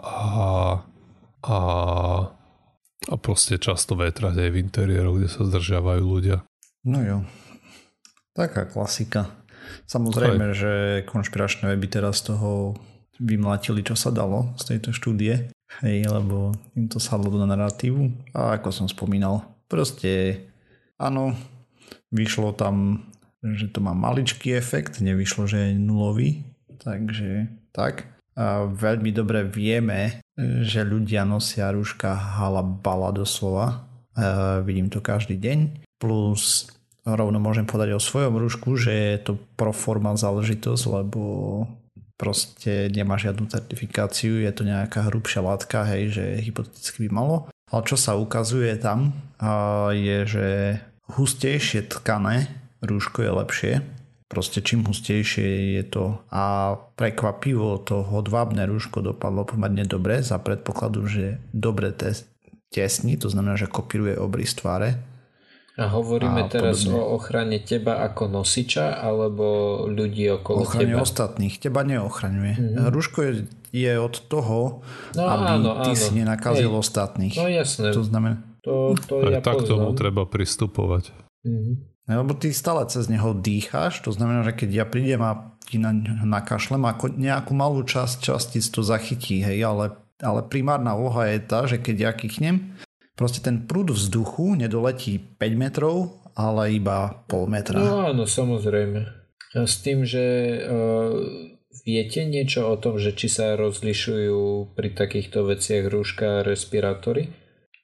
a proste často vetrať aj v interiéroch, kde sa zdržiavajú ľudia. No jo, taká klasika. Samozrejme, že konšpiračné weby teraz z toho vymlátili, čo sa dalo z tejto štúdie, lebo im to sadlo do narratívu. A ako som spomínal, proste áno, vyšlo tam, že to má maličký efekt, nevyšlo, že je nulový, takže tak. A veľmi dobre vieme, že ľudia nosia rúška halabala doslova. Vidím to každý deň. Plus rovno môžem povedať o svojom rúšku, že je to proforma záležitosť, lebo proste nemá žiadnu certifikáciu, je to nejaká hrubšia látka, že hypoteticky by malo. Ale čo sa ukazuje tam, je, že hustejšie tkané rúško je lepšie. Proste čím hustejšie je to. A prekvapivo to hodvábne rúško dopadlo pomerne dobre za predpokladu, že dobre tesní, to znamená, že kopíruje obrys tváre. A hovoríme teraz podobne o ochrane teba ako nosiča alebo ľudí okolo ochrane teba? Ostatných. Teba neochraňuje. Rúško je od toho, aby ty si nenakazil ostatných. No jasné. To znamená... To ja tak poznám. tomu treba pristupovať. Lebo ty stále cez neho dýcháš, to znamená, že keď ja prídem a ti nakašlem, ako nejakú malú častíc to zachytí, ale primárna úloha je tá, že keď ja kichnem, proste ten prúd vzduchu nedoletí 5 metrov, ale iba pol metra. No áno, samozrejme. A s tým, že viete niečo o tom, že či sa rozlišujú pri takýchto veciach rúška a respirátory?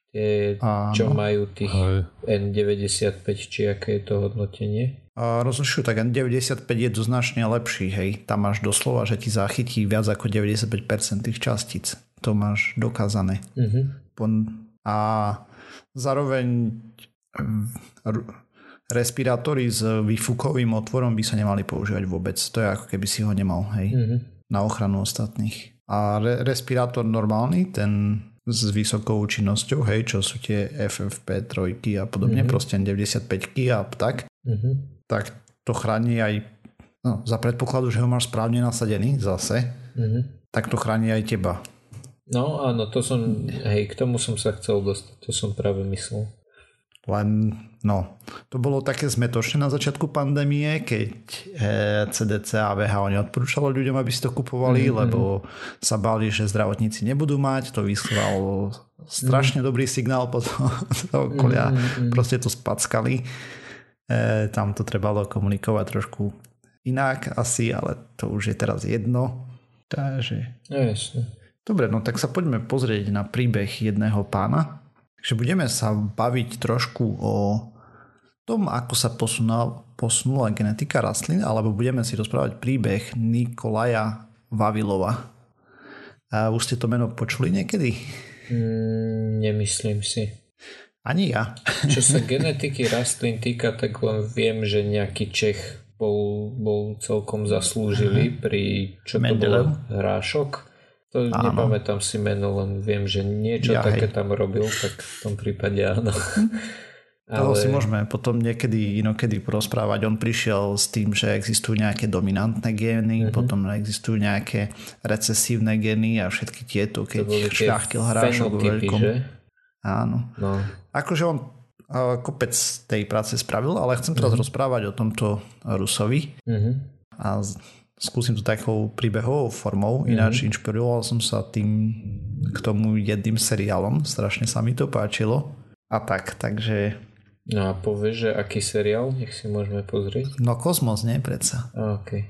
Tie, čo majú tých N95, či aké je to hodnotenie? Rozlišujú, tak N95 je doznačne lepší, hej. Tam máš doslova, že ti zachytí viac ako 95% tých častíc. To máš dokázané. A zároveň respirátory s výfukovým otvorom by sa nemali používať vôbec. To je ako keby si ho nemal, hej. Na ochranu ostatných. A respirátor normálny, ten s vysokou účinnosťou, hej, čo sú tie FFP3 a podobne, proste 95 a tak, tak to chráni aj, no, za predpokladu, že ho máš správne nasadený zase, tak to chráni aj teba. No áno, to som, hej, k tomu som sa chcel dostať, to som práve myslel. Len, no, to bolo také zmetočné na začiatku pandémie, keď CDC a WHO neodporúčalo ľuďom, aby si to kupovali, lebo sa báli, že zdravotníci nebudú mať. To vyslal strašne dobrý signál potom do okolia. Proste to spackali. Tam to trebalo komunikovať trošku inak asi, ale to už je teraz jedno. Takže... No jasne. Dobre, no tak sa poďme pozrieť na príbeh jedného pána. Takže budeme sa baviť trošku o tom, ako sa posunula genetika rastlín, alebo budeme si rozprávať príbeh Nikolaja Vavilova. Už ste to meno počuli niekedy? Nemyslím si. Ani ja. Čo sa genetiky rastlín týka, tak len viem, že nejaký Čech bol celkom zaslúžilý pri, čo to bolo, Hrášok. To nepamätám si meno, len viem, že niečo také tam robil, tak v tom prípade áno. Toho si môžeme potom inokedy porozprávať. On prišiel s tým, že existujú nejaké dominantné gény, potom existujú nejaké recesívne gény a všetky tieto, keď šľachtil Hrášok vo veľkom. Že? Áno. No. Akože on kopec tej práce spravil, ale chcem teraz rozprávať o tomto Rusovi. A skúsim to takou príbehovou formou, ináč inšpiroval som sa tým k tomu jedným seriálom, strašne sa mi to páčilo a takže... No a povieš, že aký seriál, nech si môžeme pozrieť? No Kozmos, nie predsa. OK.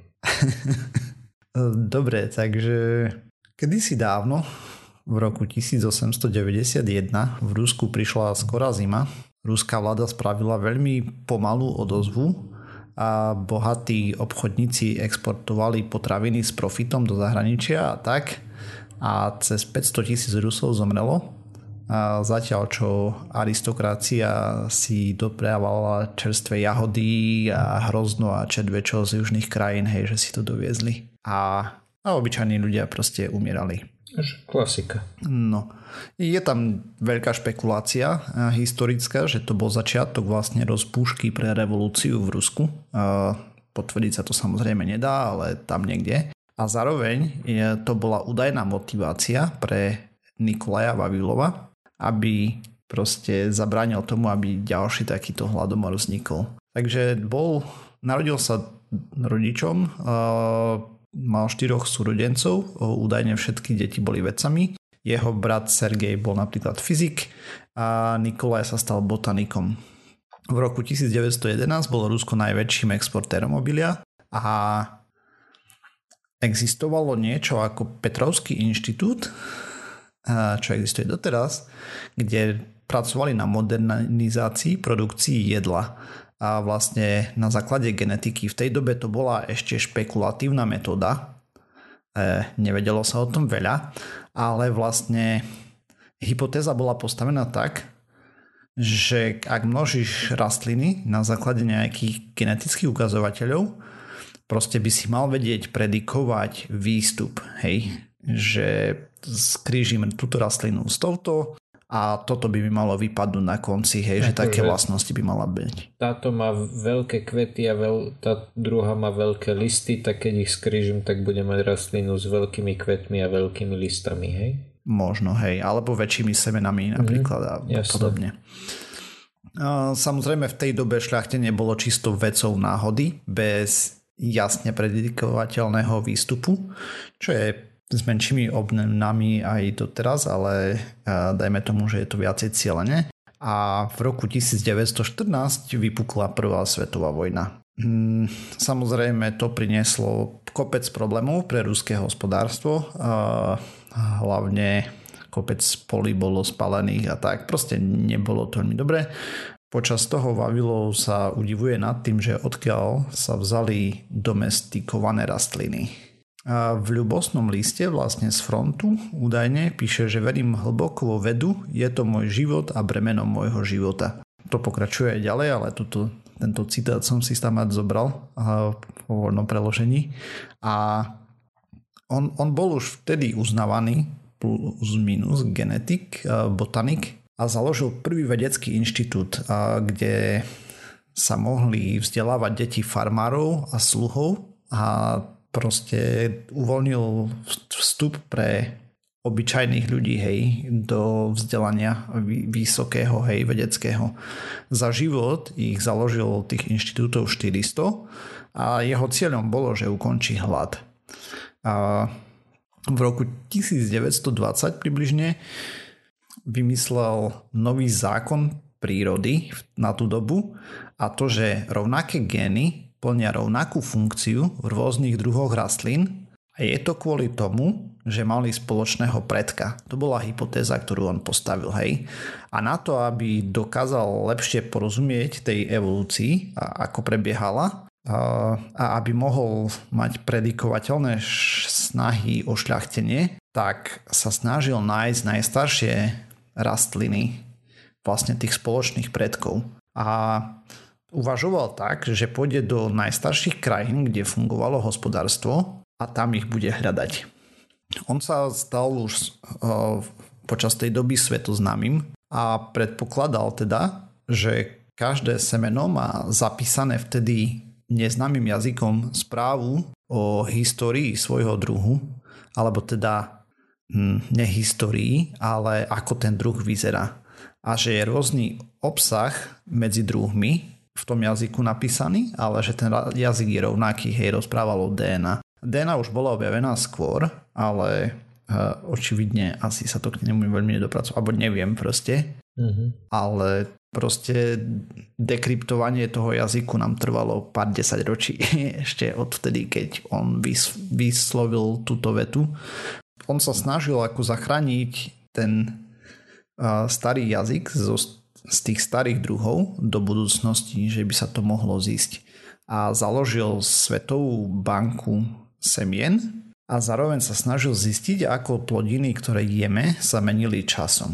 Dobre, takže kedysi dávno, v roku 1891 v Rusku prišla skorá zima, ruská vláda spravila veľmi pomalú odozvu a bohatí obchodníci exportovali potraviny s profitom do zahraničia a tak. A cez 500,000 Rusov zomrelo. A zatiaľ, čo aristokracia si doprevávala čerstvé jahody a hrozno a čedvečo z južných krajín, hej, že si to doviezli. A obyčajní ľudia proste umierali. Klasika. No. Je tam veľká špekulácia historická, že to bol začiatok vlastne rozpúšky pre revolúciu v Rusku. Potvrdiť sa to samozrejme nedá, ale tam niekde. A zároveň to bola údajná motivácia pre Nikolaja Vavilova, aby proste zabránil tomu, aby ďalší takýto hladomor vznikol. Takže narodil sa rodičom, mal 4 súrodencov, údajne všetky deti boli vedcami. Jeho brat Sergej bol napríklad fyzik a Nikolaj sa stal botanikom. V roku 1911 bolo Rusko najväčším exportérom obilia a existovalo niečo ako Petrovský inštitút, čo existuje doteraz, kde pracovali na modernizácii produkcií jedla. A vlastne na základe genetiky v tej dobe to bola ešte špekulatívna metóda. Nevedelo sa o tom veľa, ale vlastne hypotéza bola postavená tak, že ak množíš rastliny na základe nejakých genetických ukazovateľov, proste by si mal vedieť predikovať výstup, hej, že skrížim túto rastlinu s touto a toto by mi malo vypadnúť na konci, hej, že také vlastnosti by mala byť. Táto má veľké kvety a tá druhá má veľké listy, tak keď ich skrížim, tak budem mať rastlinu s veľkými kvetmi a veľkými listami, hej? Možno, hej, alebo väčšími semenami napríklad a podobne. Samozrejme v tej dobe šľachtenie bolo čisto vecou náhody, bez jasne predikovateľného výstupu, čo je s menšími obmenami aj doteraz, ale dajme tomu, že je to viacej cieľene. A v roku 1914 vypukla prvá svetová vojna. Samozrejme to prinieslo kopec problémov pre ruské hospodárstvo, hlavne kopec polí bolo spálených a tak. Proste nebolo to veľmi dobré. Počas toho Vavilov sa udivuje nad tým, že odkiaľ sa vzali domestikované rastliny. A v ľubosnom liste vlastne z frontu údajne píše, že verím hlboko vo vedu, je to môj život a bremeno môjho života. To pokračuje aj ďalej, ale tento citát som si tam zobral po voľnom preložení. A on bol už vtedy uznávaný plus minus genetik, botanik, a založil prvý vedecký inštitút, kde sa mohli vzdelávať deti farmárov a sluhov a proste uvoľnil vstup pre obyčajných ľudí, hej, do vzdelania vysokého, hej, vedeckého. Za život ich založil tých inštitútov 400 a jeho cieľom bolo, že ukončí hlad. A v roku 1920 približne vymyslel nový zákon prírody na tú dobu, a to, že rovnaké gény plnia rovnakú funkciu v rôznych druhoch rastlín, a je to kvôli tomu, že mali spoločného predka. To bola hypotéza, ktorú on postavil, hej. A na to, aby dokázal lepšie porozumieť tej evolúcii a ako prebiehala, a aby mohol mať predikovateľné snahy o šľachtenie, tak sa snažil nájsť najstaršie rastliny vlastne tých spoločných predkov. A uvažoval tak, že pôjde do najstarších krajín, kde fungovalo hospodárstvo, a tam ich bude hľadať. On sa stal už počas tej doby svetoznámym a predpokladal teda, že každé semeno má zapísané vtedy neznámym jazykom správu o histórii svojho druhu, alebo teda nehistórii, ale ako ten druh vyzerá. A že je rôzny obsah medzi druhmi v tom jazyku napísaný, ale že ten jazyk je rovnaký, hej, rozprával o DNA. DNA už bola objavená skôr, ale očividne asi sa to k nemu veľmi nedopracovalo, alebo neviem proste. Ale proste dekryptovanie toho jazyku nám trvalo pár 10 ročí ešte odvtedy, keď on vyslovil túto vetu. On sa snažil ako zachrániť ten starý jazyk z tých starých druhov do budúcnosti, že by sa to mohlo zísť. A založil Svetovú banku semien a zároveň sa snažil zistiť, ako plodiny, ktoré jeme, sa menili časom.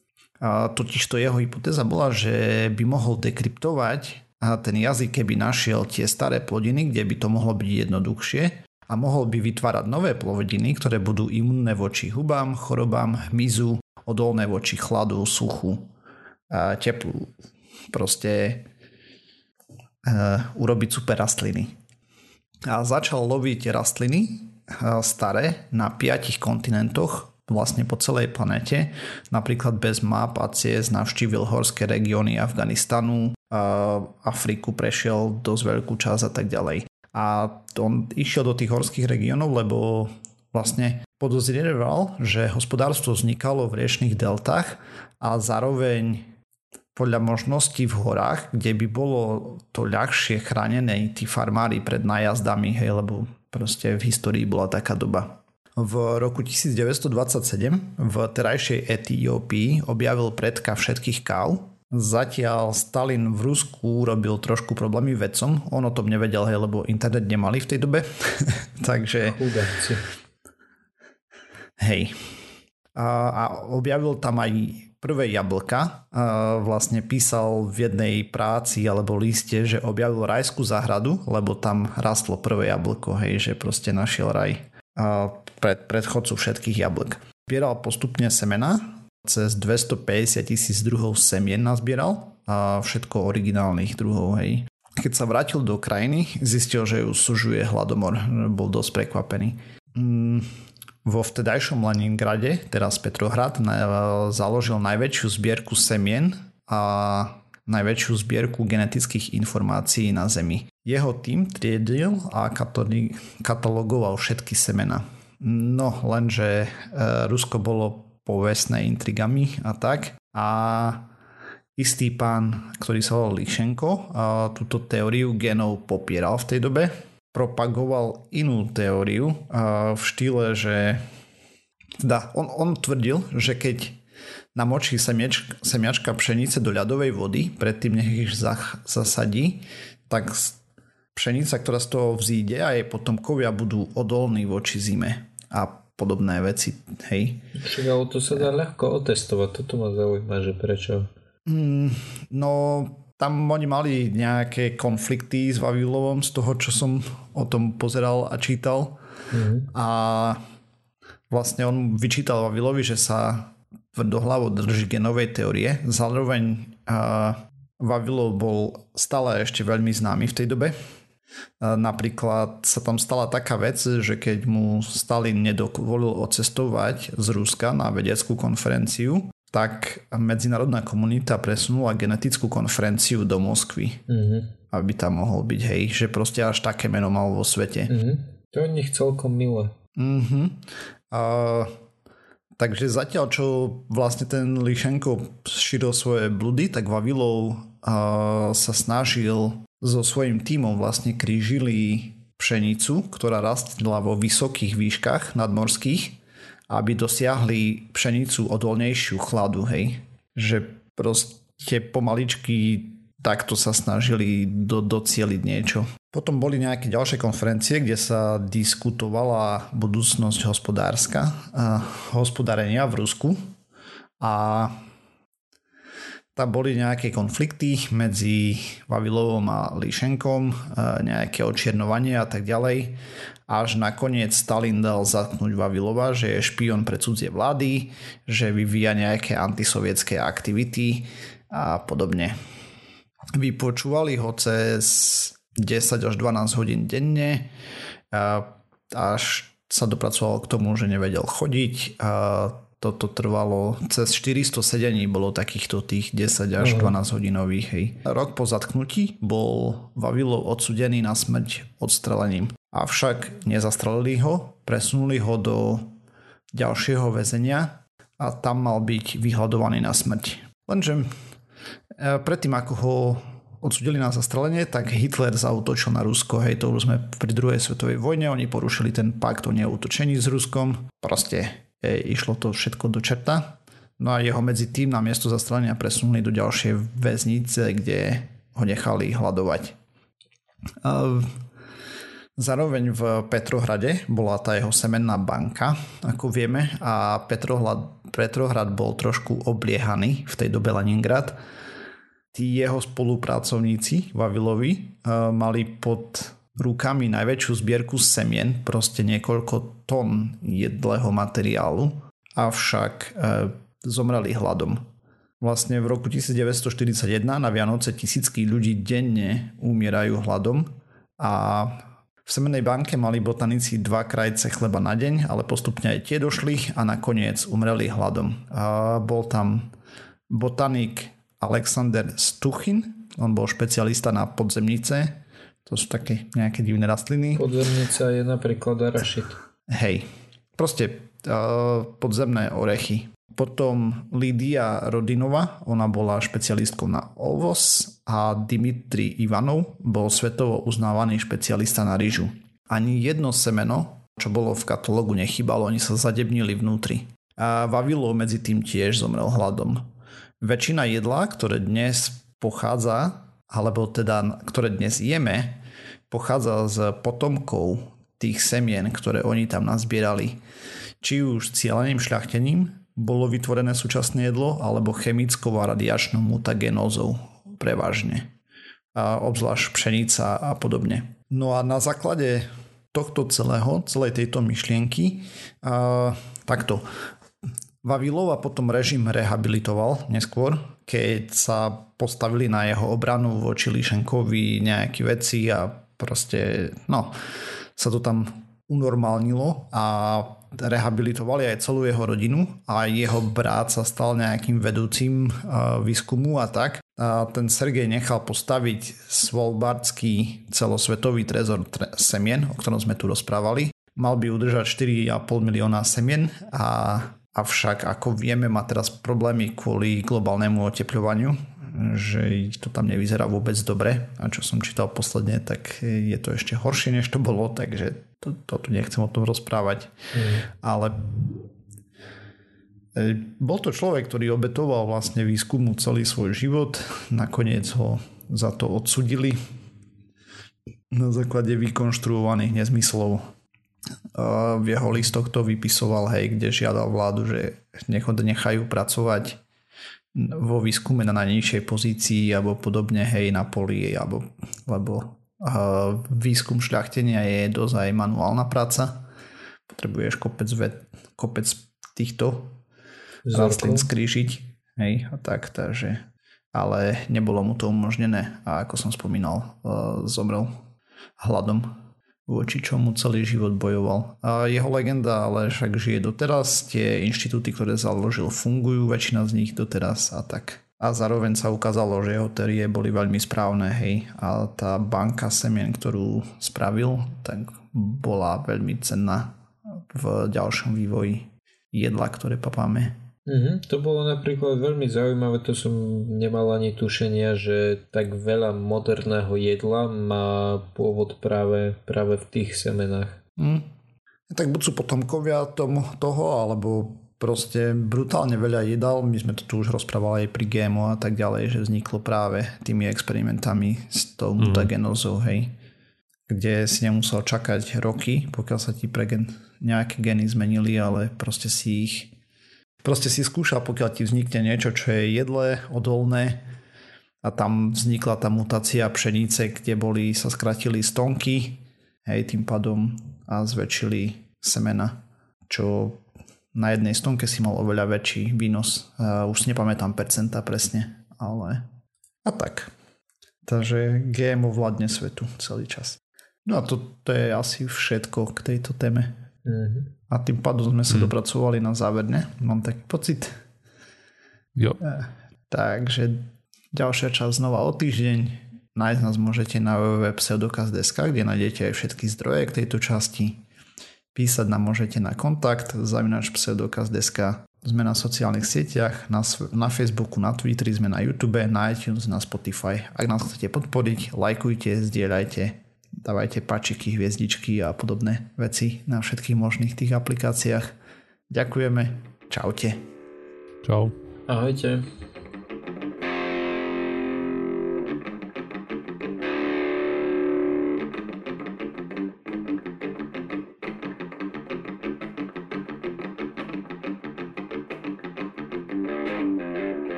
Totižto jeho hypotéza bola, že by mohol dekryptovať ten jazyk, keby našiel tie staré plodiny, kde by to mohlo byť jednoduchšie, a mohol by vytvárať nové plodiny, ktoré budú imunné voči hubám, chorobám, hmyzu, odolné voči chladu, suchu, teplu. Proste urobiť super rastliny. A začal loviť rastliny staré na 5 kontinentoch, vlastne po celej planete. Napríklad bez map a ciest navštívil horské regióny Afganistanu, Afriku prešiel dosť veľkú časť a tak ďalej. A on išiel do tých horských regiónov, lebo vlastne podozrieval, že hospodárstvo vznikalo v riečnych deltách a zároveň podľa možností v horách, kde by bolo to ľahšie chránené tí farmári pred nájazdami, hej, lebo proste v histórii bola taká doba. V roku 1927 v terajšej Etiópii objavil predka všetkých káv. Zatiaľ Stalin v Rusku robil trošku problémy vedcom. On o tom nevedel, hej, lebo internet nemali v tej dobe. Takže... Hej. A objavil tam aj prvé jablka. Vlastne písal v jednej práci alebo liste, že objavil rajskú záhradu, lebo tam rastlo prvé jablko, hej, že proste našiel raj pred predchodcu všetkých jablk. Zbieral postupne semena, cez 250 000 druhov semien nazbieral a všetko originálnych druhov, hej. Keď sa vrátil do krajiny, zistil, že ju sužuje hladomor. Bol dosť prekvapený. Vo vtedajšom Leningrade, teraz Petrohrad, založil najväčšiu zbierku semien a najväčšiu zbierku genetických informácií na Zemi. Jeho tým triedil a katalogoval všetky semena. No, lenže Rusko bolo povestné intrigami a tak. A istý pán, ktorý sa volal Lysenko, túto teóriu genov popieral v tej dobe. Propagoval inú teóriu v štýle, že Teda on tvrdil, že keď namočí semiačka pšenice do ľadovej vody, predtým nech ich zasadí, tak pšenica, ktorá z toho vzíde a jej potomkovia budú odolní voči zime a podobné veci. Hej. Však ale to sa dá ľahko otestovať. Toto ma zaujíma, že prečo? No, tam oni mali nejaké konflikty s Vavilovom z toho, čo som o tom pozeral a čítal. A vlastne on vyčítal Vavilovi, že sa tvrdohlavo drží genovej teórie. Zároveň Vavilov bol stále ešte veľmi známy v tej dobe. Napríklad sa tam stala taká vec, že keď mu Stalin nedovolil odcestovať z Ruska na vedeckú konferenciu, tak medzinárodná komunita presunula genetickú konferenciu do Moskvy, aby tam mohol byť, hej, že proste až také meno mal vo svete. To je nich celkom milé. Takže zatiaľ, čo vlastne ten Lišenko šíril svoje bludy, tak Vavilov sa snažil so svojím tímom vlastne krížili pšenicu, ktorá rastla vo vysokých výškach nadmorských, aby dosiahli pšenicu odolnejšiu chladu, hej. Že proste pomaličky takto sa snažili docieliť niečo. Potom boli nejaké ďalšie konferencie, kde sa diskutovala budúcnosť hospodárenia v Rusku a tam boli nejaké konflikty medzi Vavilovom a Lišenkom, nejaké očiernovanie a tak ďalej. Až nakoniec Stalin dal zatknúť Vavilova, že je špion pre cudzie vlády, že vyvíja nejaké antisovietské aktivity a podobne. Vypočúvali ho cez 10 až 12 hodín denne, až sa dopracoval k tomu, že nevedel chodiť. Toto trvalo cez 400 sedení, bolo takýchto tých 10 až 12 hodinových. Hej. Rok po zatknutí bol Vavilov odsúdený na smrť odstrelením. Avšak nezastrelili ho, presunuli ho do ďalšieho väzenia a tam mal byť vyhľadovaný na smrť. Lenže predtým, ako ho odsúdili na zastrelenie, tak Hitler zaútočil na Rusko. Hej, to už sme pri druhej svetovej vojne, oni porušili ten pakt o neútočení s Ruskom. Proste išlo to všetko do čerta. No a jeho medzi tým na miesto zastrelenia presunuli do ďalšej väznice, kde ho nechali hľadovať. Zároveň v Petrohrade bola tá jeho semenná banka, ako vieme, a Petrohrad bol trošku obliehaný, v tej dobe Leningrad. Tí jeho spolupracovníci Vavilovi mali pod rukami najväčšiu zbierku semien, proste niekoľko tón jedlého materiálu, avšak zomreli hladom. Vlastne v roku 1941 na Vianoce tisícky ľudí denne umierajú hladom a v semennej banke mali botanici 2 krajce chleba na deň, ale postupne aj tie došli a nakoniec umreli hladom. A bol tam botanik Alexander Stuchin, on bol špecialista na podzemnice, to sú také nejaké divné rastliny. Podzemnica je napríklad arašid. Hej, proste podzemné orechy. Potom Lídia Rodinova, ona bola špecialistkou na ovoz a Dimitri Ivanov bol svetovo uznávaný špecialista na ryžu. Ani jedno semeno, čo bolo v katalógu, nechybalo, oni sa zadebnili vnútri. A Vavilov medzi tým tiež zomrel hladom. Väčšina jedla, ktoré dnes pochádza, alebo teda ktoré dnes jeme, pochádza z potomkov tých semien, ktoré oni tam nazbierali. Či už cieleným šľachtením bolo vytvorené súčasné jedlo, alebo chemickou a radiačnou mutagénózou prevažne. A obzvlášť pšenica a podobne. No a na základe tohto celej tejto myšlienky takto. Vavilova potom režim rehabilitoval neskôr, keď sa postavili na jeho obranu voči Lišenkovi nejaké veci a proste sa to tam unormálnilo a rehabilitovali aj celú jeho rodinu a jeho brat sa stal nejakým vedúcim výskumu a tak. A ten Sergej nechal postaviť svalbardský celosvetový trezor semien, o ktorom sme tu rozprávali. Mal by udržať 4,5 milióna semien avšak ako vieme má teraz problémy kvôli globálnemu otepľovaniu, že to tam nevyzerá vôbec dobre a čo som čítal posledne, tak je to ešte horšie než to bolo, takže to tu nechcem o tom rozprávať. Ale Bol to človek, ktorý obetoval vlastne výskumu celý svoj život. Nakoniec ho za to odsudili na základe vykonštruovaných nezmyslov. V jeho listoch to vypisoval, kde žiadal vládu, že nechajú pracovať vo výskume na najnižšej pozícii alebo podobne, na poli, lebo výskum šľachtenia je dosť aj manuálna práca. Potrebuješ kopec týchto rastlín skrížiť, a tak, takže ale nebolo mu to umožnené a ako som spomínal, zomrel hladom, voči čomu celý život bojoval. A jeho legenda ale však žije doteraz, tie inštitúty, ktoré založil, fungujú, väčšina z nich doteraz a tak. A zároveň sa ukázalo, že jeho teórie boli veľmi správne, a tá banka semien, ktorú spravil, tak bola veľmi cenná v ďalšom vývoji jedla, ktoré papáme. To bolo napríklad veľmi zaujímavé, to som nemal ani tušenia, že tak veľa moderného jedla má pôvod práve v tých semenách. Tak buď sú potomkovia toho, alebo proste brutálne veľa jedál. My sme to tu už rozprávali aj pri GMO a tak ďalej, že vzniklo práve tými experimentami s tou mutagenózou, kde si nemusel čakať roky, pokiaľ sa ti nejaké gény zmenili, ale proste si skúšal, pokiaľ ti vznikne niečo, čo je jedlé, odolné, a tam vznikla tá mutácia pšenice, kde sa skratili stonky, tým pádom a zväčšili semena, čo na jednej stonke si mal oveľa väčší výnos. Už si nepamätám percenta presne, ale a tak. Takže GMO vládne svetu celý čas. No a to je asi všetko k tejto téme. A tým pádom sme sa dopracovali na záver, ne? Mám taký pocit. Jo. Takže ďalšia časť znova o týždeň. Nájsť nás môžete na www.pseudokaz.sk, kde nájdete aj všetky zdroje k tejto časti. Písať nám môžete na kontakt @pseudokaz.sk. Sme na sociálnych sieťach, na Facebooku, na Twitteri, sme na YouTube, na iTunes, na Spotify. Ak nás chcete podporiť, lajkujte, zdieľajte, dávajte páčiky, hviezdičky a podobné veci na všetkých možných tých aplikáciách. Ďakujeme. Čaute. Čau. Ahojte.